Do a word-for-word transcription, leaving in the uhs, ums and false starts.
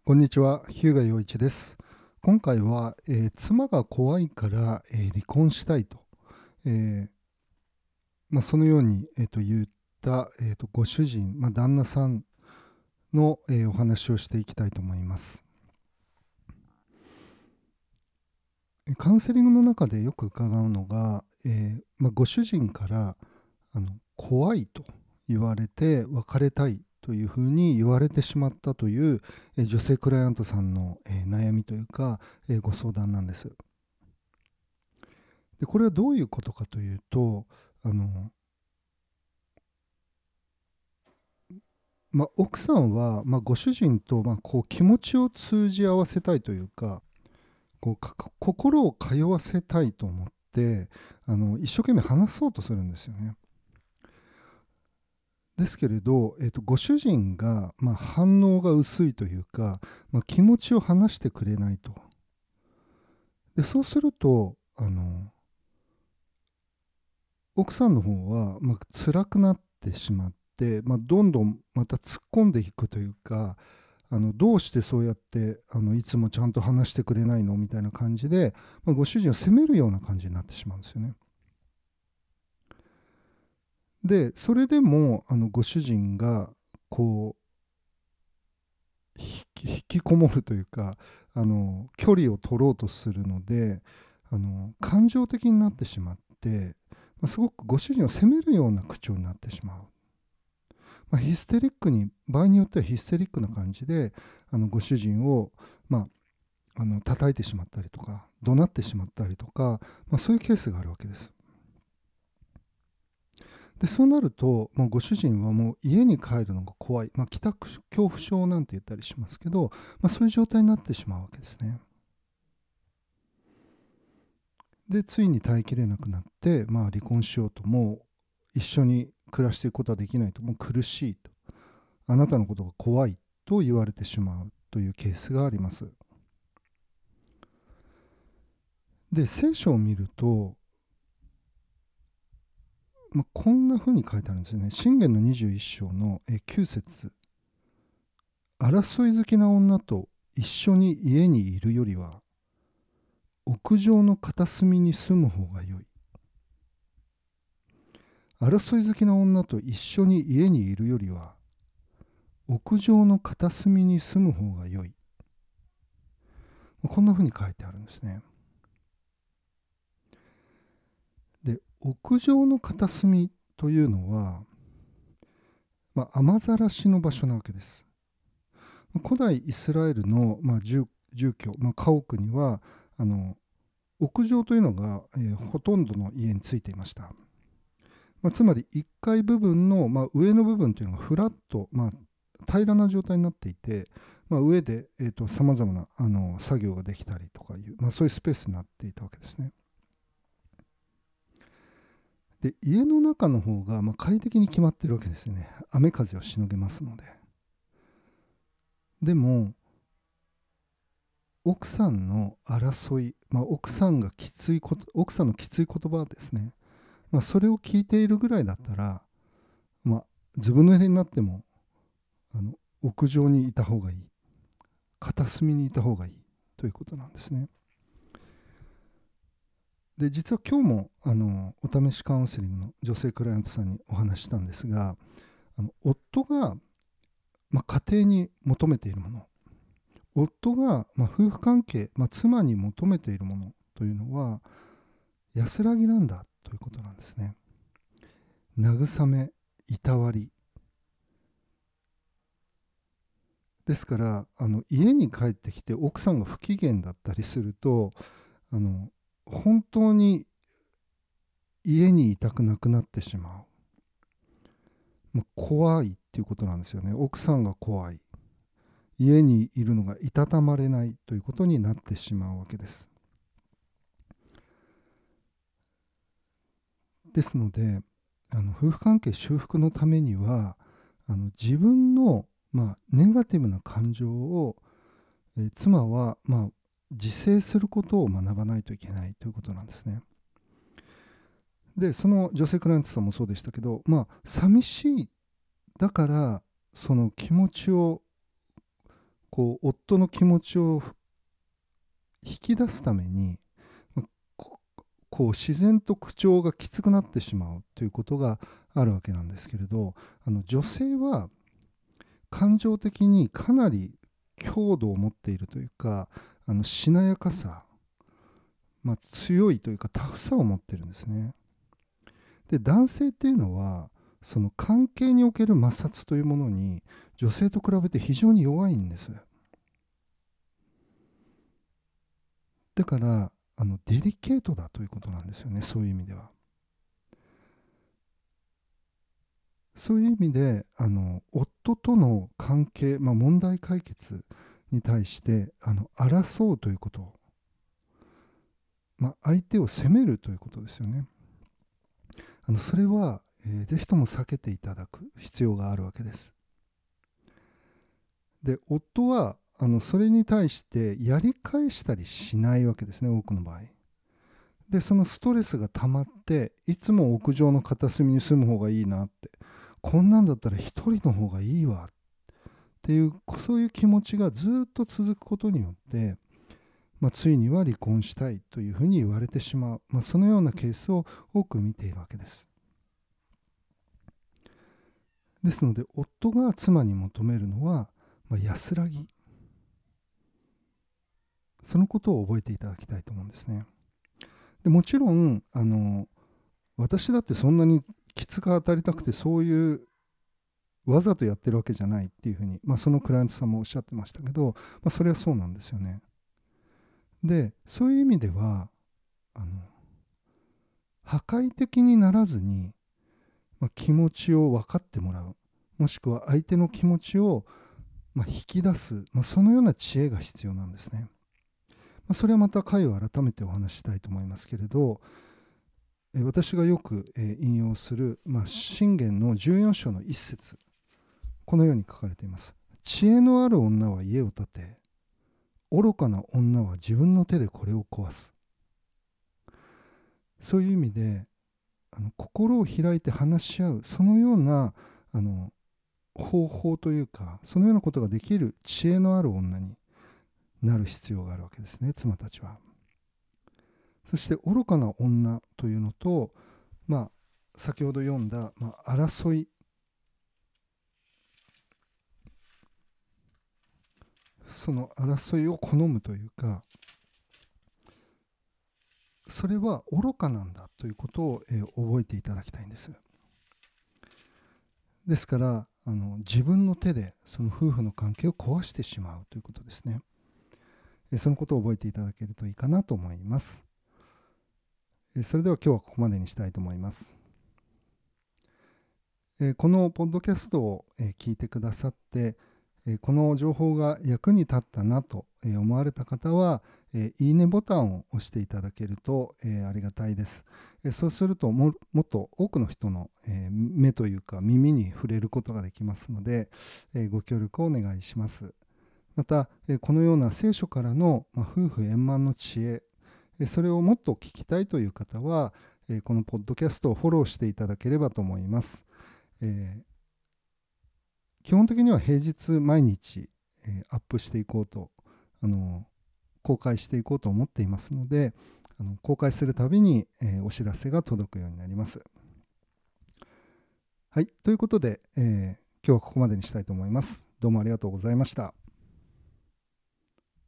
こんにちは、日向陽一です。今回は、えー妻が怖いから、えー離婚したいと、えーまあ、そのように、えーと言った、えーとご主人、まあ、旦那さんの、えーお話をしていきたいと思います。カウンセリングの中でよく伺うのが、えーまあ、ご主人からあの怖いと言われて別れたいというふうに言われてしまったという、えー女性クライアントさんの、えー悩みというか、えーご相談なんです。で、これはどういうことかというと、あの、まあ、奥さんは、まあ、ご主人と、まあ、こう気持ちを通じ合わせたいというか、こうか心を通わせたいと思って、あの一生懸命話そうとするんですよね。ですけれど、えーと、ご主人が、まあ、反応が薄いというか、まあ、気持ちを話してくれないと。で、そうすると、あの奥さんの方は、まあ、辛くなってしまって、まあ、どんどんまた突っ込んでいくというか、あのどうしてそうやってあのいつもちゃんと話してくれないのみたいな感じで、まあ、ご主人を責めるような感じになってしまうんですよね。で、それでもあのご主人がこう引き引きこもるというか、あの距離を取ろうとするので、あの感情的になってしまって、まあ、すごくご主人を責めるような口調になってしまう。まあ、ヒステリックに、場合によってはヒステリックな感じで、あのご主人を、まあ、あの叩いてしまったりとか、怒鳴ってしまったりとか、まあ、そういうケースがあるわけです。で、そうなると、もうご主人はもう家に帰るのが怖い、まあ、帰宅恐怖症なんて言ったりしますけど、まあ、そういう状態になってしまうわけですね。で、ついに耐えきれなくなって、まあ、離婚しようと、もう一緒に暮らしていくことはできないと、もう苦しいと、あなたのことが怖いと言われてしまうというケースがあります。で、聖書を見ると、まあ、こんな風に書いてあるんですよね。箴言のにじゅういっ章のえきゅう節。争い好きな女と一緒に家にいるよりは、屋上の片隅に住む方が良い。争い好きな女と一緒に家にいるよりは、屋上の片隅に住む方が良い。こんな風に書いてあるんですね。で、屋上の片隅というのは、まあ、雨ざらしの場所なわけです。古代イスラエルの、まあ、住住居、まあ、家屋にはあの屋上というのが、えーほとんどの家についていました。まあ、つまりいっかい部分の、まあ、上の部分というのがフラット、まあ、平らな状態になっていて、まあ、上でさまざまなあの作業ができたりとかいう、まあ、そういうスペースになっていたわけですね。で、家の中の方が、まあ、快適に決まっているわけですね。雨風をしのげますので。でも奥さんの争い、まあ、奥さんがきついこと、奥さんのきつい言葉ですね、まあ、それを聞いているぐらいだったら、まあ、ずぶ濡れになってもあの屋上にいた方がいい、片隅にいた方がいいということなんですね。で、実は今日もあのお試しカウンセリングの女性クライアントさんにお話ししたんですが、あの夫が、まあ、家庭に求めているもの、夫が、まあ、夫婦関係、まあ、妻に求めているものというのは安らぎなんだということなんですね。慰め、いたわり。ですから、あの家に帰ってきて奥さんが不機嫌だったりすると、あの本当に家にいたくなくなってしまう。まあ、怖いっていうことなんですよね。奥さんが怖い。家にいるのがいたたまれないということになってしまうわけです。ですので、あの夫婦関係修復のためには、あの自分の、まあ、ネガティブな感情を、えー妻は、まあ、自制することを学ばないといけないということなんですね。で、その女性クライアントさんもそうでしたけど、まあ、寂しい、だからその気持ちをこう夫の気持ちを引き出すためにここう自然と口調がきつくなってしまうということがあるわけなんですけれど、あの女性は感情的にかなり強度を持っているというか、あのしなやかさ、まあ、強いというかタフさを持ってるんですね。で、男性っていうのはその関係における摩擦というものに女性と比べて非常に弱いんです。だからあのデリケートだということなんですよね、そういう意味では。そういう意味であの夫との関係、まあ、問題解決に対してあの争うということ、まあ、相手を責めるということですよね。あのそれは、えーぜひとも避けていただく必要があるわけです。で、夫はあのそれに対してやり返したりしないわけですね、多くの場合。で、そのストレスが溜まっていつも屋上の片隅に住む方がいいなって、こんなんだったら一人の方がいいわっていう、そういう気持ちがずっと続くことによって、まあ、ついには離婚したいというふうに言われてしまう、まあ、そのようなケースを多く見ているわけです。ですので、夫が妻に求めるのは、まあ、安らぎ、そのことを覚えていただきたいと思うんですね。でもちろんあの私だってそんなにきつく当たりたくてそういうわざとやってるわけじゃないっていうふうに、まあ、そのクライアントさんもおっしゃってましたけど、まあ、それはそうなんですよね。で、そういう意味ではあの破壊的にならずに、まあ、気持ちを分かってもらう、もしくは相手の気持ちをまあ引き出す、まあ、そのような知恵が必要なんですね。まあ、それはまた回を改めてお話ししたいと思いますけれど、私がよく引用する、まあ、信玄のじゅうよん章の一節、このように書かれています。知恵のある女は家を建て、愚かな女は自分の手でこれを壊す。そういう意味で、あの心を開いて話し合う、そのようなあの方法というか、そのようなことができる知恵のある女になる必要があるわけですね、妻たちは。そして愚かな女というのと、まあ、先ほど読んだ、まあ、争い、その争いを好むというか、それは愚かなんだということを、えー覚えていただきたいんです。ですからあの自分の手でその夫婦の関係を壊してしまうということですね。えーそのことを覚えていただけるといいかなと思います。えーそれでは今日はここまでにしたいと思います。えーこのポッドキャストを、えー聞いてくださって、えーこの情報が役に立ったなとえー思われた方は、えーいいねボタンを押していただけると、えーありがたいです。えーそうするとも、もっと多くの人の、えー目というか耳に触れることができますので、えーご協力をお願いします。また、えーこのような聖書からの、まあ、夫婦円満の知恵、えーそれをもっと聞きたいという方は、えーこのポッドキャストをフォローしていただければと思います。えー基本的には平日毎日、えーアップしていこうと、あの公開していこうと思っていますので、あの公開するたびに、えーお知らせが届くようになります。はい、ということで、えー今日はここまでにしたいと思います。どうもありがとうございました。